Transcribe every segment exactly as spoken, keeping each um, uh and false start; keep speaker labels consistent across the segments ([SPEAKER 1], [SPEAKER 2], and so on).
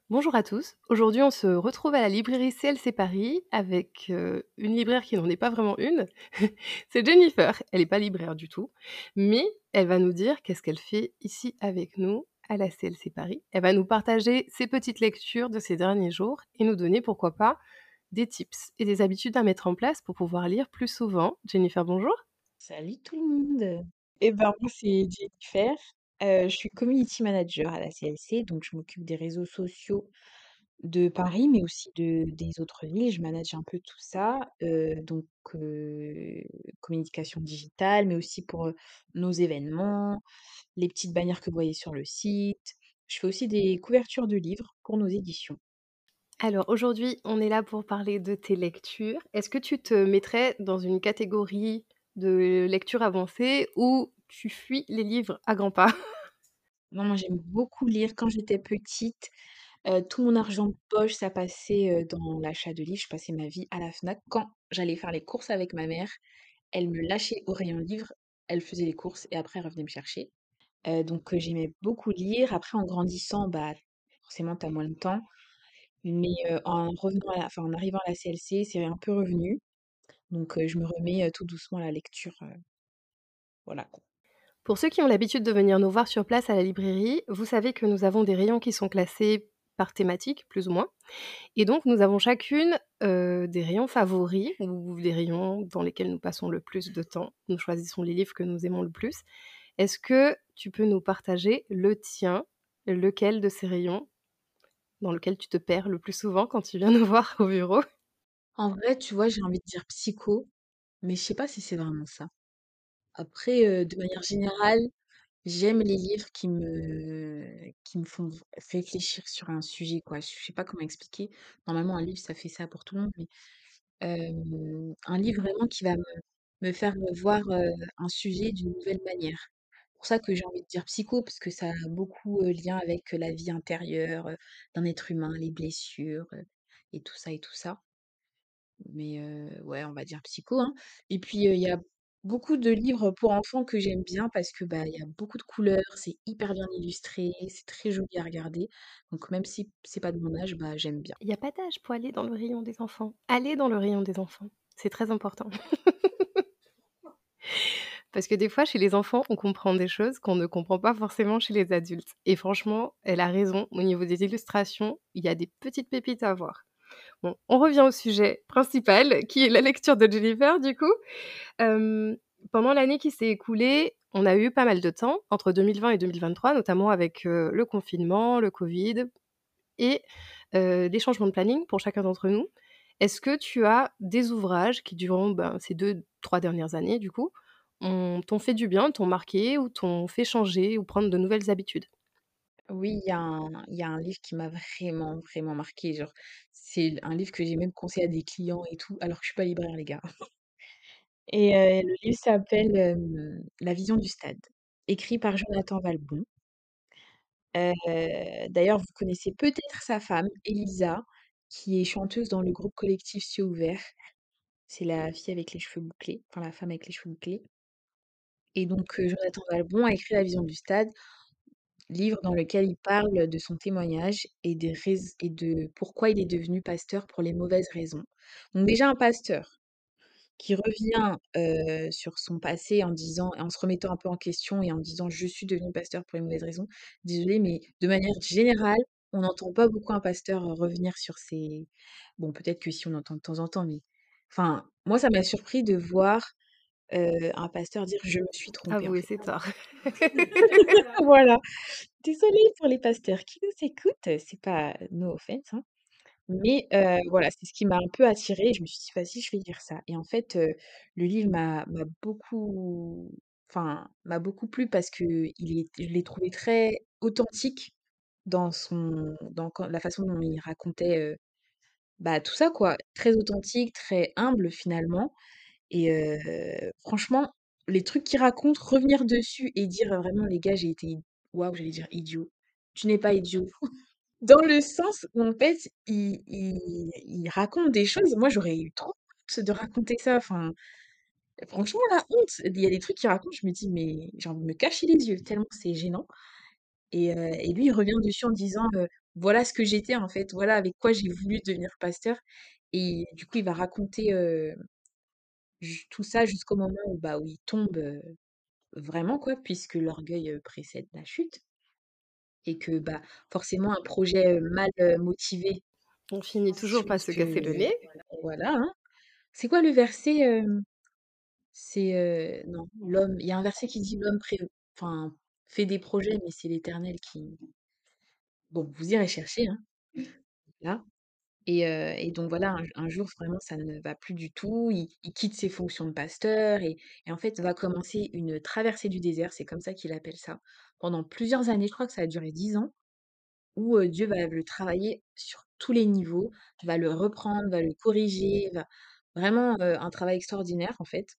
[SPEAKER 1] Bonjour à tous. Aujourd'hui, on se retrouve à la librairie C L C Paris avec, heu, une libraire qui n'en est pas vraiment une. C'est Jennifer. Elle est pas libraire du tout, mais elle va nous dire qu'est-ce qu'elle fait ici avec nous à la C L C Paris. Elle va nous partager ses petites lectures de ces derniers jours et nous donner, pourquoi pas, des tips et des habitudes à mettre en place pour pouvoir lire plus souvent. Jennifer, bonjour.
[SPEAKER 2] Salut tout le monde! Et ben, moi, c'est Jennifer. Heu, je suis community manager à la C L C, donc je m'occupe des réseaux sociaux de Paris, mais aussi de des autres villes. Je manage un peu tout ça, heu, donc heu, communication digitale, mais aussi pour, heu, nos événements, les petites bannières que vous voyez sur le site. Je fais aussi des couvertures de livres pour nos éditions.
[SPEAKER 1] Alors aujourd'hui, on est là pour parler de tes lectures. Est-ce que tu te mettrais dans une catégorie de lecture avancée ou tu fuis les livres à grands pas?
[SPEAKER 2] Non, moi, j'aime beaucoup lire. Quand j'étais petite, Heu, tout mon argent de poche, ça passait, heu, dans l'achat de livres. Je passais ma vie à la Fnac. Quand j'allais faire les courses avec ma mère, elle me lâchait au rayon livres, elle faisait les courses et après elle revenait me chercher. Heu, donc heu, j'aimais beaucoup lire. Après en grandissant, bah, forcément tu as moins de temps, mais heu, en revenant à la enfin en arrivant à la C L C, c'est un peu revenu. Donc heu, je me remets, heu, tout doucement à la lecture, heu, voilà quoi.
[SPEAKER 1] Pour ceux qui ont l'habitude de venir nous voir sur place à la librairie, vous savez que nous avons des rayons qui sont classés par thématique, plus ou moins. Et donc nous avons chacune, heu, des rayons favoris ou des rayons dans lesquels nous passons le plus de temps. Nous choisissons les livres que nous aimons le plus. Est-ce que tu peux nous partager le tien? Lequel de ces rayons dans lequel tu te perds le plus souvent quand tu viens nous voir au bureau?
[SPEAKER 2] En vrai, tu vois, j'ai envie de dire psycho, mais je sais pas si c'est vraiment ça. Après, heu, de manière générale, j'aime les livres qui me qui me font v réfléchir sur un sujet, quoi. Je sais pas comment expliquer. Normalement, un livre, ça fait ça pour tout le monde, mais, hem, un livre vraiment qui va me me faire, voir, heu, un sujet d'une nouvelle manière. C'est pour ça que j'ai envie de dire psycho, parce que ça a beaucoup, heu, lien avec, heu, la vie intérieure, heu, d'un être humain, les blessures, heu, et tout ça et tout ça. Mais heu, ouais, on va dire psycho, hein. Et puis, heu, il y a beaucoup de livres pour enfants que j'aime bien parce que, bah, il y a beaucoup de couleurs, c'est hyper bien illustré, c'est très joli à regarder. Donc même si c'est pas de mon âge, bah, j'aime bien.
[SPEAKER 1] Il y a pas d'âge pour aller dans le rayon des enfants. Allez dans le rayon des enfants, c'est très important. Parce que des fois, chez les enfants, on comprend des choses qu'on ne comprend pas forcément chez les adultes. Et franchement, elle a raison, au niveau des illustrations, il y a des petites pépites à voir. Bon, on revient au sujet principal, qui est la lecture de Jennifer, du coup. Hem, Pendant l'année qui s'est écoulée, on a eu pas mal de temps, entre deux mille vingt et deux mille vingt-trois, notamment avec, heu, le confinement, le covid et heu, des changements de planning pour chacun d'entre nous. Est-ce que tu as des ouvrages qui, durant, ben, ces deux trois dernières années, du coup, ont t'ont fait du bien, t'ont marqué ou t'ont fait changer ou prendre de nouvelles habitudes?
[SPEAKER 2] Oui, il y a un il y a un livre qui m'a vraiment, vraiment marquée, genre, c'est un livre que j'ai même conseillé à des clients et tout, alors que je suis pas libraire, les gars. Et heu, le livre s'appelle, hem, La vision du stade, écrit par Jonathan Valbon. Heu, d'ailleurs, vous connaissez peut-être sa femme, Elisa, qui est chanteuse dans le groupe collectif Cieux ouvert. C'est la fille avec les cheveux bouclés, enfin la femme avec les cheveux bouclés. Et donc, heu, Jonathan Valbon a écrit La vision du stade, livre dans lequel il parle de son témoignage et des rais et de pourquoi il est devenu pasteur pour les mauvaises raisons. Donc déjà un pasteur qui revient, heu, sur son passé en disant en se remettant un peu en question et en disant: «Je suis devenu pasteur pour les mauvaises raisons». Désolée, mais de manière générale, on n'entend pas beaucoup un pasteur, heu, revenir sur ses bon, peut-être que si, on entend de temps en temps, mais enfin, moi, ça m'a surpris de voir, heu, un pasteur dire: «Je me suis trompé, en
[SPEAKER 1] Avouer
[SPEAKER 2] fait».
[SPEAKER 1] ses torts.
[SPEAKER 2] Voilà. Désolée pour les pasteurs qui nous écoutent, c'est pas no offense, hein. Mais heu, voilà, c'est ce qui m'a un peu attirée et je me suis dit: «Vas-y, je vais lire ça» et en fait, heu, le livre m'a m'a beaucoup enfin, m'a beaucoup plu parce qu'il est je l'ai trouvé très authentique dans son dans quand la façon dont il racontait, heu, bah, tout ça quoi. Très authentique, très humble finalement et heu, franchement, les trucs qu'il raconte, revenir dessus et dire, heu, vraiment: «Les gars, j'ai été» waouh, j'allais dire idiot. Tu n'es pas idiot. Dans le sens où en fait, il il il raconte des choses, moi j'aurais eu trop honte de raconter ça, enfin, franchement la honte! Il y a des trucs qu'il raconte, je me dis: «Mais j'ai envie de me cacher les yeux tellement c'est gênant» et heu et lui il revient dessus en disant, heu voilà ce que j'étais en fait, voilà avec quoi j'ai voulu devenir pasteur et du coup, il va raconter, heu, j tout ça jusqu'au moment où, bah, où il tombe, heu, vraiment quoi, puisque l'orgueil, heu, précède la chute et que, bah, forcément un projet, heu, mal, heu, motivé
[SPEAKER 1] On finit toujours par
[SPEAKER 2] ensuite
[SPEAKER 1] se casser le
[SPEAKER 2] que
[SPEAKER 1] nez.
[SPEAKER 2] voilà, hein. C'est quoi le verset, hem? C'est, heu, non, l'homme il y a un verset qui dit: «L'homme pré enfin, fait des projets, mais c'est l'Éternel qui» bon, vous irez chercher, hein, là et heu et donc voilà, un un jour vraiment ça ne va plus du tout. Il il quitte ses fonctions de pasteur et et en fait va commencer une traversée du désert, c'est comme ça qu'il appelle ça, pendant plusieurs années, je crois que ça a duré dix ans, où, heu, Dieu va le travailler sur tous les niveaux, va le reprendre, va le corriger, va vraiment, heu, un travail extraordinaire en fait.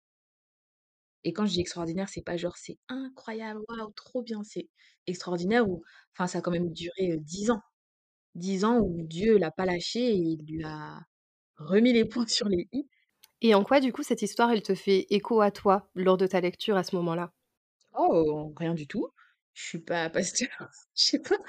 [SPEAKER 2] Et quand je dis extraordinaire, c'est pas genre c'est incroyable, waouh, trop bien, c'est extraordinaire ou enfin ça a quand même duré, heu, dix ans. dix ans où Dieu l'a pas lâché et il lui a remis les points sur les i.
[SPEAKER 1] Et en quoi, du coup, cette histoire, elle te fait écho à toi, lors de ta lecture à ce moment-là?
[SPEAKER 2] Oh, rien du tout. Je suis pas pasteur, je sais pas.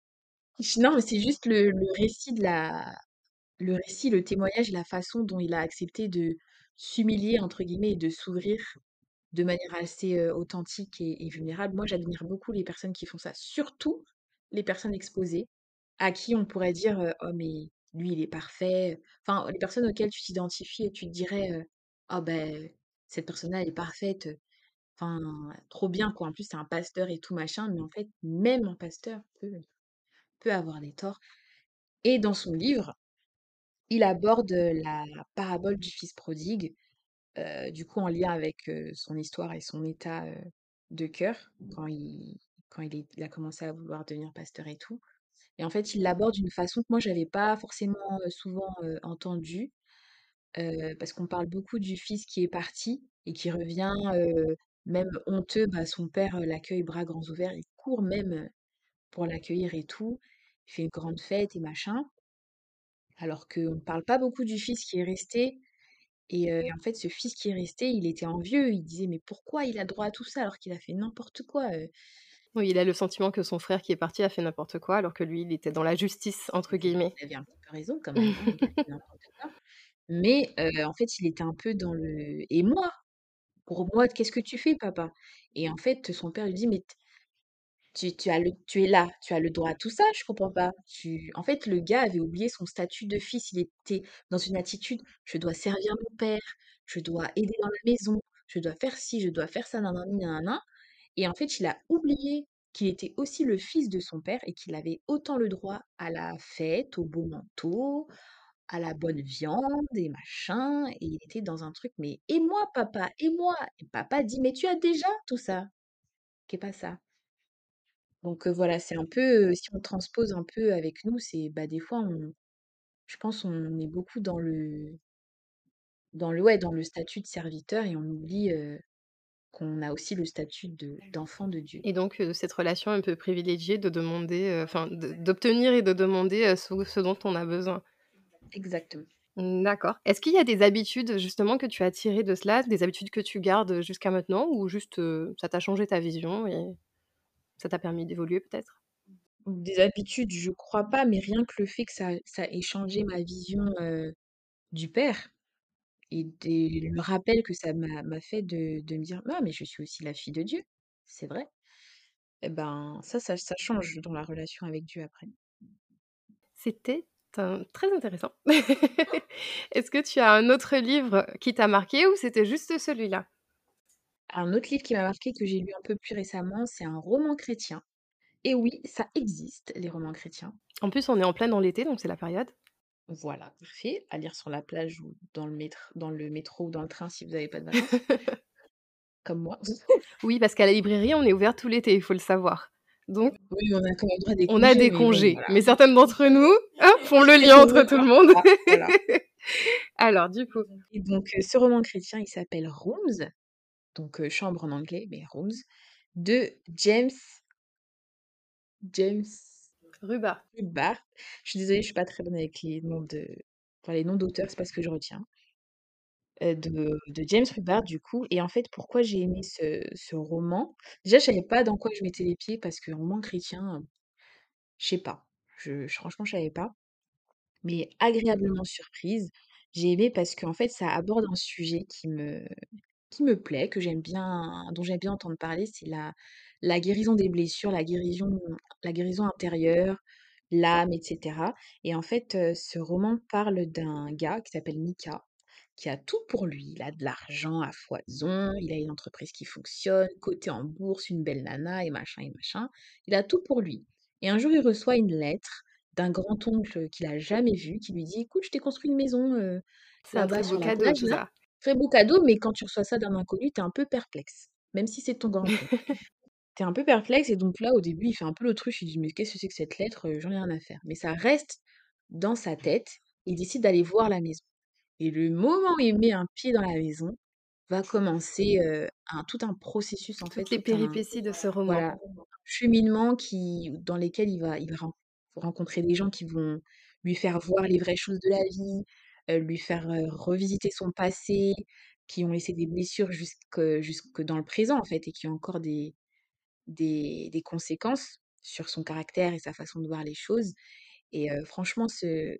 [SPEAKER 2] Ch non, mais c'est juste le le récit de la le récit, le témoignage et la façon dont il a accepté de «s'humilier» entre guillemets et de s'ouvrir de manière assez, heu, authentique et et vulnérable. Moi, j'admire beaucoup les personnes qui font ça, surtout les personnes exposées, à qui on pourrait dire, heu: «Oh mais lui, il est parfait». Enfin, les personnes auxquelles tu t'identifies et tu te dirais, heu: «Ah beh, cette personne-là, elle est parfaite, heu, enfin, trop bien quoi, en plus c'est un pasteur et tout machin», mais en fait, même un pasteur peut peut avoir des torts et dans son livre, il aborde, heu, la parabole du fils prodigue, heu, du coup en lien avec, heu, son histoire et son état, heu, de cœur quand il quand il est il a commencé à vouloir devenir pasteur et tout et en fait, il l'aborde d'une façon que moi j'avais pas forcément, heu, souvent, heu, entendue, heu, parce qu'on parle beaucoup du fils qui est parti et qui revient, heu, même honteux, bah, son père, heu, l'accueille bras grands ouverts, il court même, heu, pour l'accueillir et tout. Il fait une grande fête et machin, alors qu'on parle pas beaucoup du fils qui est resté et heu et en fait, ce fils qui est resté, il était envieux. Il disait: «Mais pourquoi il a droit à tout ça alors qu'il a fait n'importe quoi, heu?»
[SPEAKER 1] Oui, il a le sentiment que son frère qui est parti a fait n'importe quoi, alors que lui, il était dans la «justice» entre
[SPEAKER 2] Il avait
[SPEAKER 1] guillemets.
[SPEAKER 2] il avait un petit peu raison quand même, hein, il a fait n'importe quoi. Mais heu, en fait, il était un peu dans le: «Et moi? Pour moi, qu'est-ce que tu fais papa?» et en fait, son père lui dit: «Mais t tu tu as le tu es là, tu as le droit à tout ça, je comprends pas. Tu» en fait, le gars avait oublié son statut de fils. Il était dans une attitude: «Je dois servir mon père, je dois aider dans la maison, je dois faire ci, je dois faire ça, nanani nanana» et en fait, il a oublié qu'il était aussi le fils de son père et qu'il avait autant le droit à la fête, au beau manteau, à la bonne viande et machin et il était dans un truc: «Mais et moi papa? Et moi?» et papa dit: «Mais tu as déjà tout ça, qu'est pas ça». Donc heu, voilà, c'est un peu, heu, si on transpose un peu avec nous, c'est, bah, des fois on je pense on est beaucoup dans le dans le ouais, dans le statut de serviteur et on oublie, heu, qu'on a aussi le statut de d'enfant de Dieu.
[SPEAKER 1] Et donc heu, cette relation un peu privilégiée de demander, heu, enfin de d'obtenir et de demander, heu, ce ce dont on a besoin.
[SPEAKER 2] Exactement.
[SPEAKER 1] Mmh, d'accord. Est-ce qu'il y a des habitudes justement que tu as tirées de cela, des habitudes que tu gardes, jusqu'à maintenant ou juste, heu, ça t'a changé ta vision et ça t'a permis d'évoluer peut-être?
[SPEAKER 2] Des habitudes, je crois pas, mais rien que le fait que ça ça ait changé ma vision, heu, du père et des le rappel que ça m'a m'a fait de de me dire: «Ah mais je suis aussi la fille de Dieu, c'est vrai». Et ben, ça ça ça change dans la relation avec Dieu après.
[SPEAKER 1] C'était un très intéressant. Est-ce que tu as un autre livre qui t'a marqué ou c'était juste celui-là?
[SPEAKER 2] Un autre livre qui m'a marqué que j'ai lu un peu plus récemment, c'est un roman chrétien et oui, ça existe les romans chrétiens.
[SPEAKER 1] En plus, on est en plein dans l'été, donc c'est la période.
[SPEAKER 2] Voilà, parfait, à lire sur la plage ou dans le métr dans le métro ou dans le train si vous avez pas de vacances, comme moi.
[SPEAKER 1] Oui, parce qu'à la librairie, on est ouvert tout l'été, il faut le savoir. Donc
[SPEAKER 2] Oui, on a quand même droit à des
[SPEAKER 1] on a
[SPEAKER 2] congés,
[SPEAKER 1] des
[SPEAKER 2] mais bon,
[SPEAKER 1] congés,
[SPEAKER 2] voilà.
[SPEAKER 1] mais certaines d'entre nous, hop, font le lien entre tout le monde.
[SPEAKER 2] Voilà, voilà.
[SPEAKER 1] Alors du coup,
[SPEAKER 2] Et donc, heu, ce roman chrétien, il s'appelle Rooms, donc heu, chambre en anglais, mais Rooms, de James James
[SPEAKER 1] Rhubards.
[SPEAKER 2] Hubert. Je suis désolée, je suis pas très bonne avec les noms de enfin les noms d'auteurs, c'est pas ce que je retiens. Heu, de de James Hubert du coup et en fait, pourquoi j'ai aimé ce ce roman? Déjà, je savais pas dans quoi je mettais les pieds parce que roman chrétien, heu, je sais pas. Je je franchement, je savais pas, mais agréablement surprise. J'ai aimé parce qu'en fait, ça aborde un sujet qui me qui me plaît, que j'aime bien dont j'aime bien entendre parler, c'est la la guérison des blessures, la guérison la guérison intérieure, l'âme et cetera et en fait, heu, ce roman parle d'un gars qui s'appelle Mika, qui a tout pour lui. Il a de l'argent à foison, il a une entreprise qui fonctionne, cotée en bourse, une belle nana et machin et machin. Il a tout pour lui et un jour, il reçoit une lettre d'un grand-oncle qu'il a jamais vu, qui lui dit: «Écoute, je t'ai construit une maison, heu,
[SPEAKER 1] C'est un
[SPEAKER 2] là-bas
[SPEAKER 1] très beau
[SPEAKER 2] sur la
[SPEAKER 1] cadeau
[SPEAKER 2] plage
[SPEAKER 1] tout
[SPEAKER 2] là».
[SPEAKER 1] ça.
[SPEAKER 2] Très beau cadeau, mais quand tu reçois ça d'un inconnu, tu es un peu perplexe, même si c'est ton grand-oncle. Tu es un peu perplexe et donc là, au début, il fait un peu l'autruche, il dit: «Mais qu'est-ce que c'est que cette lettre? Heu, j'en ai rien à faire». Mais ça reste dans sa tête, il décide d'aller voir la maison et le moment où il met un pied dans la maison, va commencer, heu, un tout un processus en fait,
[SPEAKER 1] Toutes les
[SPEAKER 2] tout un
[SPEAKER 1] péripéties de ce roman.
[SPEAKER 2] voilà, cheminement qui dans lesquels il va il va ren rencontrer des gens qui vont lui faire voir les vraies choses de la vie, heu, lui faire, heu, revisiter son passé, qui ont laissé des blessures jusque jusque dans le présent en fait et qui ont encore des des des conséquences sur son caractère et sa façon de voir les choses et heu, franchement ce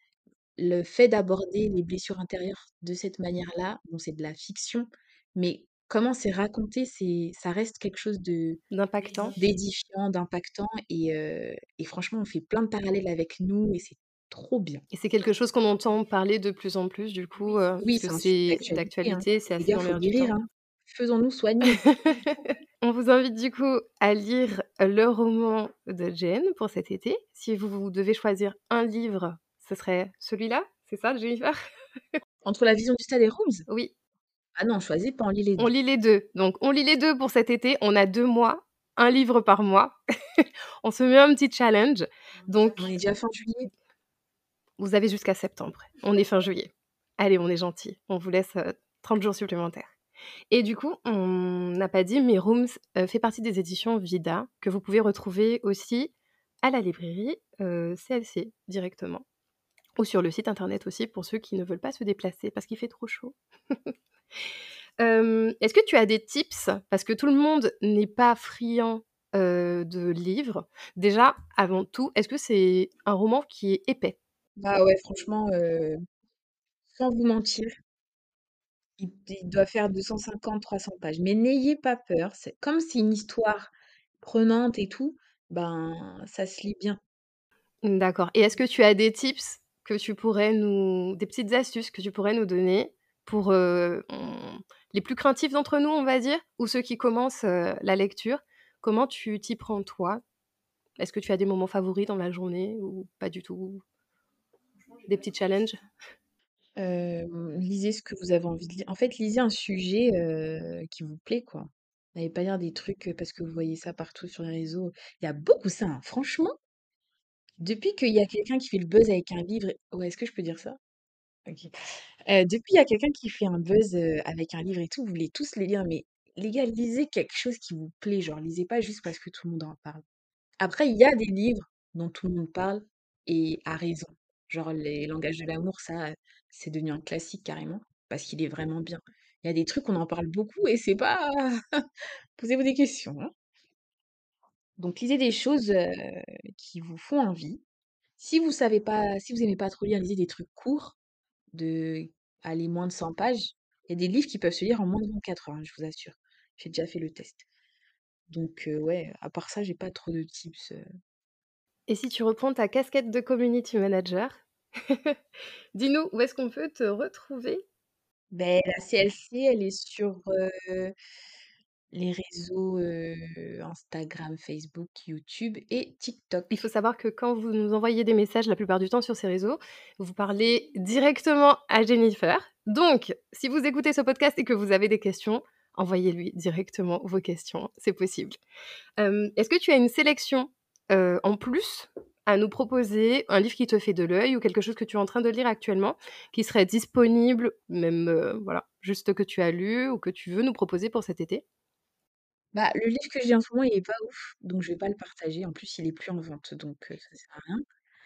[SPEAKER 2] le fait d'aborder les blessures intérieures de cette manière-là, bon c'est de la fiction, mais comment c'est raconté, c'est ça reste quelque chose de
[SPEAKER 1] D'impactant.
[SPEAKER 2] d'édifiant, d'impactant et heu et franchement, on fait plein de parallèles avec nous et c'est trop bien.
[SPEAKER 1] Et c'est quelque chose qu'on entend parler de plus en plus du coup, heu,
[SPEAKER 2] Oui,
[SPEAKER 1] puisque
[SPEAKER 2] c'est un sujet
[SPEAKER 1] c'est
[SPEAKER 2] d'actualité, hein.
[SPEAKER 1] d'actualité, c'est
[SPEAKER 2] Les
[SPEAKER 1] assez
[SPEAKER 2] gars,
[SPEAKER 1] dans
[SPEAKER 2] faut
[SPEAKER 1] l'air du
[SPEAKER 2] guérir,
[SPEAKER 1] temps.
[SPEAKER 2] hein. Faisons-nous soigner.
[SPEAKER 1] On vous invite du coup à lire le roman de Jane pour cet été. Si vous vous devez choisir un livre, ce serait celui-là? C'est ça, Jennifer?
[SPEAKER 2] Entre La Vision du Stade et Rooms?
[SPEAKER 1] Oui.
[SPEAKER 2] Ah non, choisis pas, on lit les
[SPEAKER 1] On
[SPEAKER 2] deux.
[SPEAKER 1] lit les deux. Donc on lit les deux pour cet été. On a deux mois, un livre par mois. On se met un petit challenge. Donc
[SPEAKER 2] On est déjà fin juillet.
[SPEAKER 1] vous avez jusqu'à septembre. On est fin juillet. Allez, on est gentils. On vous laisse, heu, trente jours supplémentaires. Et du coup, on n'a pas dit, mais Rooms, heu, fait partie des éditions Vida, que vous pouvez retrouver aussi à la librairie, heu, C L C directement ou sur le site internet aussi pour ceux qui ne veulent pas se déplacer parce qu'il fait trop chaud. Hem, est-ce que tu as des tips? Parce que tout le monde n'est pas friand, heu, de livres. Déjà, avant tout, est-ce que c'est un roman qui est épais?
[SPEAKER 2] Bah ouais, franchement, heu, sans vous mentir, il il doit faire deux cent cinquante-trois cents pages. Mais n'ayez pas peur, c'est comme c'est une histoire prenante et tout, ben, ça se lit bien.
[SPEAKER 1] Mmh, d'accord. Et est-ce que tu as des tips que tu pourrais nous des petites astuces que tu pourrais nous donner pour, heu, mmh, les plus craintifs d'entre nous, on va dire, ou ceux qui commencent, heu, la lecture? Comment tu t'y prends toi? Est-ce que tu as des moments favoris dans la journée ou pas du tout? Des petits challenges?
[SPEAKER 2] Hem, lisez ce que vous avez envie de lire. En fait, lisez un sujet, heu, qui vous plaît, quoi. N'allez pas lire des trucs, heu, parce que vous voyez ça partout sur les réseaux. Il y a beaucoup ça, hein. Franchement, depuis qu'il y a quelqu'un qui fait le buzz avec un livre ouais, est-ce que je peux dire ça? OK. Heu, depuis il y a quelqu'un qui fait un buzz, heu, avec un livre et tout, vous voulez tous les lire, mais les gars, lisez quelque chose qui vous plaît, genre lisez pas juste parce que tout le monde en parle. Après, il y a des livres dont tout le monde parle et a raison. Genre les langages de l'amour, ça, heu, c'est devenu un classique carrément, parce qu'il est vraiment bien. Il y a des trucs, on en parle beaucoup et c'est pas posez-vous des questions, hein. Donc lisez des choses, heu, qui vous font envie. Si vous savez pas si vous aimez pas trop lire, lisez des trucs courts de, allez, moins de cent pages. Il y a des livres qui peuvent se lire en moins de vingt-quatre heures, hein, je vous assure. J'ai déjà fait le test. Donc heu, ouais, à part ça, j'ai pas trop de tips, heu
[SPEAKER 1] Et si tu reprends ta casquette de community manager, dis-nous où est-ce qu'on peut te retrouver?
[SPEAKER 2] beh, la C L C, elle est sur, heu, les réseaux, heu, Instagram, Facebook, YouTube et
[SPEAKER 1] Il faut
[SPEAKER 2] TikTok.
[SPEAKER 1] savoir que quand vous nous envoyez des messages la plupart du temps sur ces réseaux, vous parlez directement à Jennifer. Donc, si vous écoutez ce podcast et que vous avez des questions, envoyez-lui directement vos questions, c'est possible. Hem, est-ce que tu as une sélection, heu, en plus à nous proposer? Un livre qui te fait de l'œil ou quelque chose que tu es en train de lire actuellement, qui serait disponible, même, heu, voilà, juste que tu as lu ou que tu veux nous proposer pour cet été?
[SPEAKER 2] Bah, le livre que j'ai en ce moment, il est pas ouf, donc je vais pas le partager. En plus, il est plus en vente, donc heu, ça sert à rien.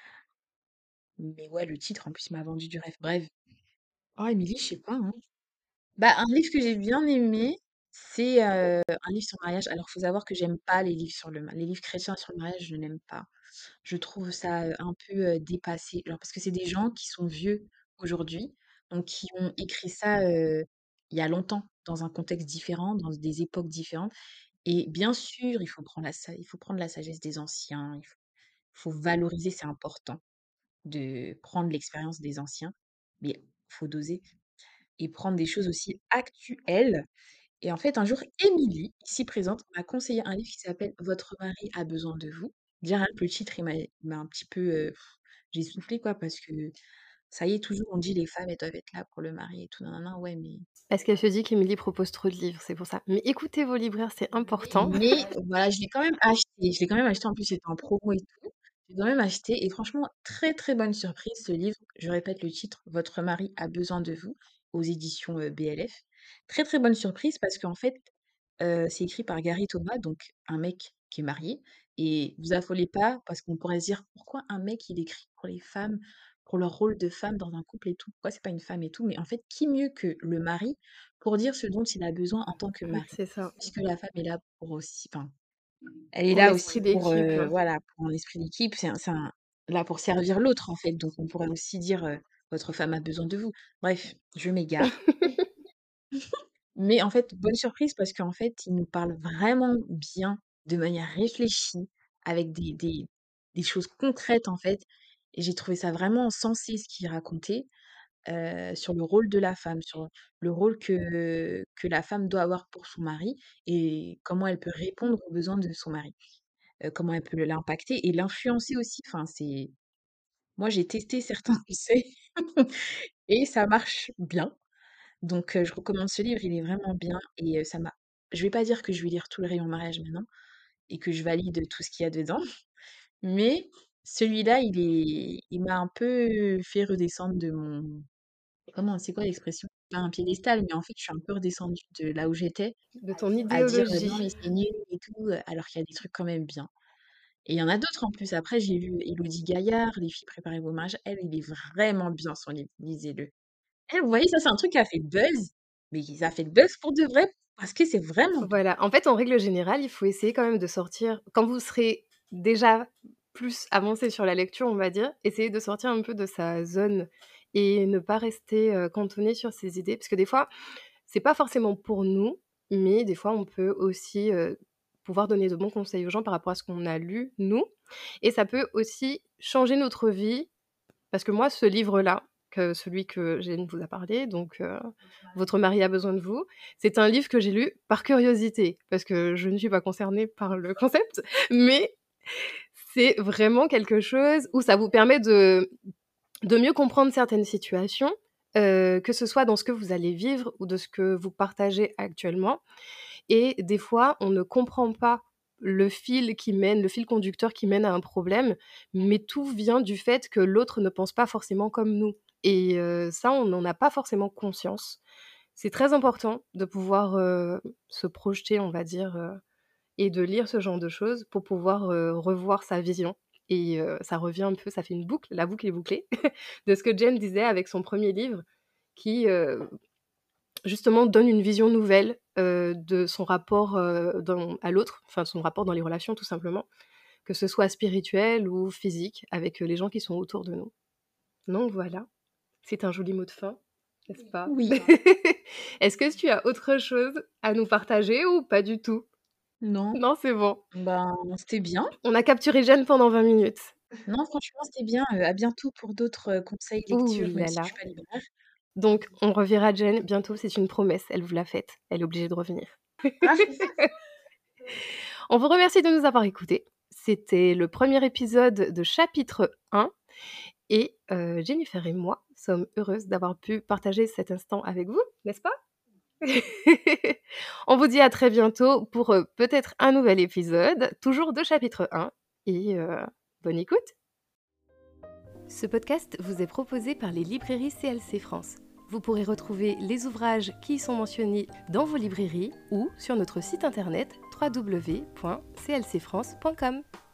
[SPEAKER 2] Mais ouais, le titre, en plus, il m'a vendu du rêve. Bref. Oh Émilie, je sais pas, hein. Bah, un livre que j'ai bien aimé C'est, heu, un livre sur le mariage. Alors, faut savoir que j'aime pas les livres sur le ma les livres chrétiens sur le mariage, je n'aime pas. Je trouve ça, heu, un peu, heu, dépassé. Genre parce que c'est des gens qui sont vieux aujourd'hui, donc qui ont écrit ça, heu, il y a longtemps, dans un contexte différent, dans des époques différentes et bien sûr, il faut prendre la sa il faut prendre la sagesse des anciens, il faut faut valoriser, c'est important de prendre l'expérience des anciens, mais faut doser et prendre des choses aussi actuelles et en fait, un jour, Émilie, ici présente, m'a conseillé un livre qui s'appelle «Votre mari a besoin de vous». Déjà rien que le titre, il m'a il m'a un petit peu, heu, j'ai soufflé quoi parce que ça y est, toujours on dit: «Les femmes, elles doivent être là pour le mari et tout nin nin nin». Ouais, mais
[SPEAKER 1] Parce qu'elle se dit qu'Émilie propose trop de livres, c'est pour ça. Mais écoutez vos libraires, c'est important.
[SPEAKER 2] mais voilà, je l'ai quand même acheté. Je l'ai quand même acheté, en plus, c'était en promo et tout. J'ai quand même acheté et franchement, très, très bonne surprise ce livre. Je répète le titre: «Votre mari a besoin de vous» aux éditions, heu, B L F. Très, très bonne surprise parce qu'en fait, heu, c'est écrit par Gary Thomas, donc un mec qui est marié et vous affolez pas parce qu'on pourrait se dire: «Pourquoi un mec il écrit pour les femmes, pour leur rôle de femme dans un couple et tout? Pourquoi c'est pas une femme et tout?» mais en fait, qui mieux que le mari pour dire ce dont il a besoin en tant que mari?
[SPEAKER 1] C'est ça,
[SPEAKER 2] Puisque la femme est là pour aussi enfin, elle est
[SPEAKER 1] pour
[SPEAKER 2] là
[SPEAKER 1] l'esprit
[SPEAKER 2] aussi pour,
[SPEAKER 1] d'équipe.
[SPEAKER 2] heu, voilà, pour un esprit d'équipe, c'est un c'est un là pour servir l'autre, en fait, donc on pourrait aussi dire, heu: «Votre femme a besoin de vous». Bref, je m'égare. Mais en fait, bonne surprise parce qu'en fait, il nous parle vraiment bien, de manière réfléchie, avec des des des choses concrètes, en fait et j'ai trouvé ça vraiment sensé ce qu'il racontait, heu, sur le rôle de la femme, sur le rôle que que la femme doit avoir pour son mari et comment elle peut répondre aux besoins de son mari. Heu, comment elle peut l'impacter et l'influencer aussi. Enfin, c'est moi, j'ai testé certains conseils et ça marche bien. Donc heu, je recommande ce livre, il est vraiment bien et heu, ça m'a je vais pas dire que je vais lire tout le Rayon mariage maintenant et que je valide tout ce qu'il y a dedans, mais celui-là, il est il m'a un peu fait redescendre de mon comment c'est quoi l'expression? Pas un piédestal, mais en fait, je suis un peu redescendue de là où j'étais
[SPEAKER 1] De ton
[SPEAKER 2] à dire, heu:
[SPEAKER 1] idéologie.
[SPEAKER 2] «Non mais c'est nul et tout», heu, alors qu'il y a des trucs quand même bien et il y en a d'autres en plus. Après, j'ai lu Élodie Gaillard, «Les filles préparez vos mariages». Elle, il est vraiment bien son livre, lisez-le. Eh, vous voyez, ça, c'est un truc qui a fait buzz, mais ça a fait buzz pour de vrai, parce que c'est vraiment bien.
[SPEAKER 1] Voilà, en fait, en règle générale, il faut essayer quand même de sortir quand vous serez déjà plus avancé sur la lecture, on va dire, essayer de sortir un peu de sa zone et ne pas rester, heu, cantonné sur ses idées. Parce que des fois, c'est pas forcément pour nous, mais des fois, on peut aussi, heu, pouvoir donner de bons conseils aux gens par rapport à ce qu'on a lu, nous et ça peut aussi changer notre vie. Parce que moi, ce livre-là, que celui que Jane vous a parlé, donc heu, «Votre mari a besoin de vous», c'est un livre que j'ai lu par curiosité, parce que je ne suis pas concernée par le concept, mais c'est vraiment quelque chose où ça vous permet de de mieux comprendre certaines situations, heu, que ce soit dans ce que vous allez vivre ou de ce que vous partagez actuellement et des fois, on ne comprend pas le fil qui mène le fil conducteur qui mène à un problème, mais tout vient du fait que l'autre ne pense pas forcément comme nous et heu, ça, on n'en a pas forcément conscience. C'est très important de pouvoir, heu, se projeter, on va dire, heu et de lire ce genre de choses pour pouvoir, heu, revoir sa vision et heu, ça revient un peu ça fait une boucle, la boucle est bouclée de ce que Jen disait avec son premier livre qui, heu, justement donne une vision nouvelle, heu, de son rapport, heu, dans à l'autre, enfin son rapport dans les relations tout simplement, que ce soit spirituel ou physique avec, heu, les gens qui sont autour de nous. Donc voilà, c'est un joli mot de fin, n'est-ce pas?
[SPEAKER 2] Oui,
[SPEAKER 1] Est-ce que tu as autre chose à nous partager ou pas du tout?
[SPEAKER 2] non,
[SPEAKER 1] Non, c'est bon.
[SPEAKER 2] ben, c'était bien.
[SPEAKER 1] On a capturé Jeanne pendant vingt minutes.
[SPEAKER 2] Non, franchement, c'était bien, heu, à bientôt pour d'autres, heu, conseils
[SPEAKER 1] Ouh
[SPEAKER 2] lecture, même
[SPEAKER 1] là
[SPEAKER 2] si je
[SPEAKER 1] là.
[SPEAKER 2] suis pas libraire.
[SPEAKER 1] Donc on reverra Jen bientôt, c'est une promesse, elle vous l'a faite. Elle est obligée de revenir.
[SPEAKER 2] Ah!
[SPEAKER 1] On vous remercie de nous avoir écoutés. C'était le premier épisode de chapitre un et heu, Jennifer et moi sommes heureuses d'avoir pu partager cet instant avec vous, n'est-ce pas? On vous dit à très bientôt pour, heu, peut-être un nouvel épisode, toujours de chapitre un et heu, bonne écoute! Ce podcast vous est proposé par les librairies C L C France. Vous pourrez retrouver les ouvrages qui y sont mentionnés dans vos librairies ou sur notre site internet w w w point c l c france point com.